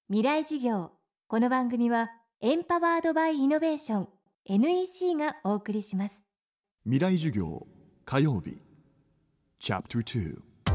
未来授業。この番組はエンパワードバイイノベーション NEC がお送りします。 未来授業火曜日チャプター2。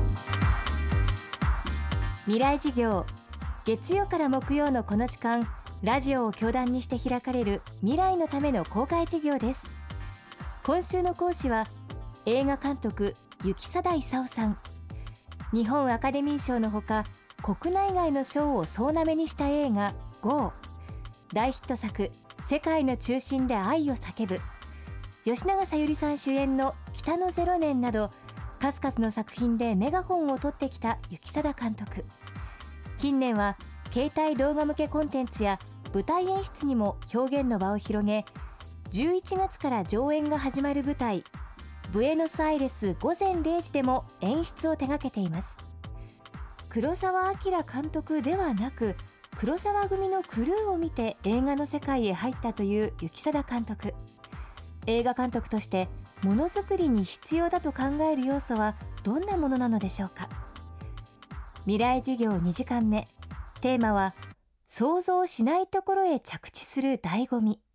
未来授業、月曜から木曜のこの時間、ラジオを教壇にして開かれる未来のための公開授業です。今週の講師は映画監督行定勲さん。日本アカデミー賞のほか国内外の賞を総なめにした映画 GO、 大ヒット作世界の中心で愛を叫ぶ、吉永小百合さん主演の北の0年など数々の作品でメガホンを取ってきた行定監督。近年は携帯動画向けコンテンツや舞台演出にも表現の場を広げ、11月から上演が始まる舞台ブエノスアイレス午前0時でも演出を手掛けています。黒澤明監督ではなく、黒澤組のクルーを見て映画の世界へ入ったという行定監督。映画監督としてものづくりに必要だと考える要素はどんなものなのでしょうか。未来授業2時間目、テーマは想像しないところへ着地する醍醐味。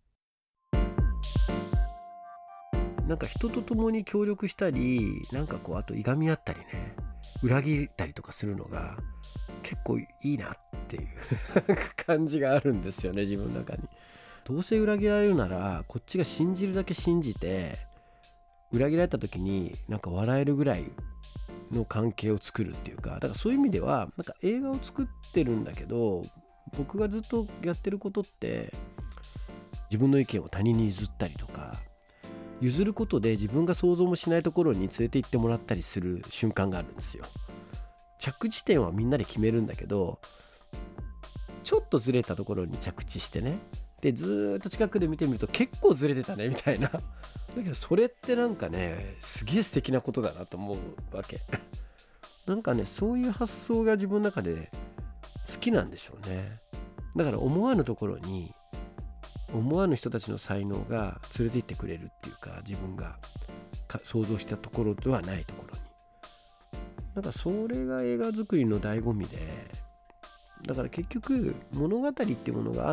なんか人と共に協力したり、あといがみ合ったりね、裏切ったりとかするのが結構いいなっていう感じがあるんですよね、自分の中に。どうせ裏切られるならこっちが信じるだけ信じて、裏切られた時に笑えるぐらいの関係を作るっていうか、だからそういう意味では映画を作ってるんだけど、僕がずっとやってることって自分の意見を他人に譲ったりとか、譲ることで自分が想像もしないところに連れて行ってもらったりする瞬間があるんですよ。着地点はみんなで決めるんだけど、ちょっとずれたところに着地してね、でずっと近くで見てみると結構ずれてたねみたいな。だけどそれってすげえ素敵なことだなと思うわけ。そういう発想が自分の中で好きなんでしょうね。だから思わぬところに思わぬ人たちの才能が連れて行ってくれるっていうか、自分が想像したところではないところに。それが映画作りの醍醐味で、だから結局物語っていうものがあって、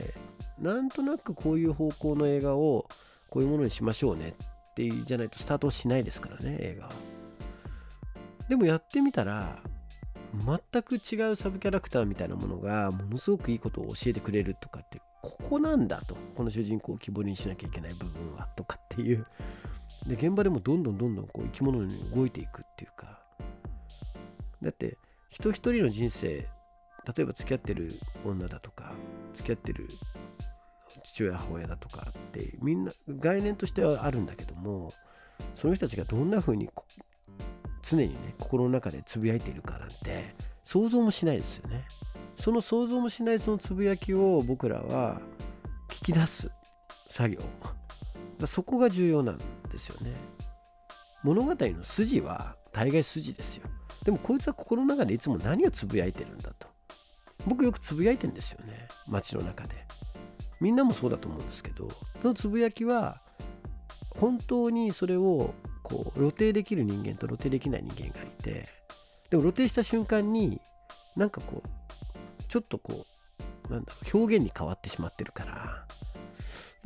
なんとなくこういう方向の映画をこういうものにしましょうねっていうじゃないとスタートしないですからね、映画は。でもやってみたら全く違うサブキャラクターみたいなものがものすごくいいことを教えてくれるとかって、ここなんだと、この主人公を希望にしなきゃいけない部分はとかっていう。で現場でもどんどんこう生き物に動いていくっていうか。だって人一人の人生、例えば付き合ってる女だとか付き合ってる父親母親だとかってみんな概念としてはあるんだけども、その人たちがどんな風に常にね心の中でつぶやいているかなんて想像もしないですよね。その想像もしないそのつぶやきを僕らは聞き出す作業、そこが重要なんですよね。物語の筋は大概筋ですよ。でもこいつは心の中でいつも何をつぶやいてるんだと。僕よくつぶやいてるんですよね、街の中で。みんなもそうだと思うんですけど、そのつぶやきは本当にそれを露呈できる人間と露呈できない人間がいて、でも露呈した瞬間にちょっと表現に変わってしまってるから、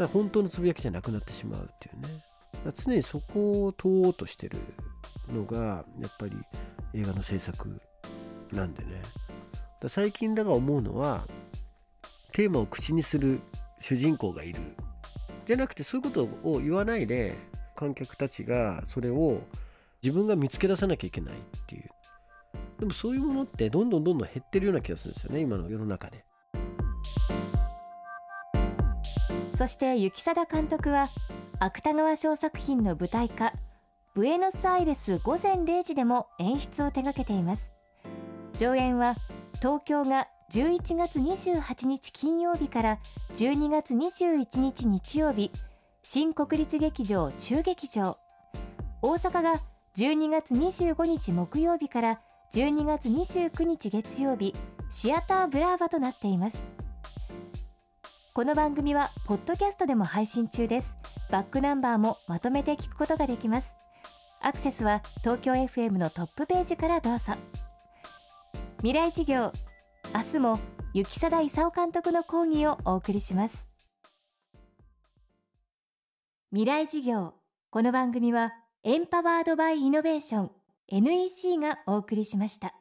本当のつぶやきじゃなくなってしまうっていうね。常にそこを問おうとしてるのがやっぱり映画の制作なんでね。最近思うのは、テーマを口にする主人公がいるじゃなくて、そういうことを言わないで観客たちがそれを自分が見つけ出さなきゃいけないっていう。でもそういうものってどんどん減ってるような気がするんですよね、今の世の中で。 そして行定監督は芥川賞作品の舞台化ブエノスアイレス午前0時でも演出を手掛けています。上演は東京が11月28日金曜日から12月21日日曜日、新国立劇場中劇場、大阪が12月25日木曜日から12月29日月曜日、シアターブラーバとなっています。この番組はポッドキャストでも配信中です。バックナンバーもまとめて聞くことができます。アクセスは東京 FM のトップページからどうぞ。未来授業、明日も行定勲監督の講義をお送りします。未来授業。この番組はエンパワードバイイノベーション NEC がお送りしました。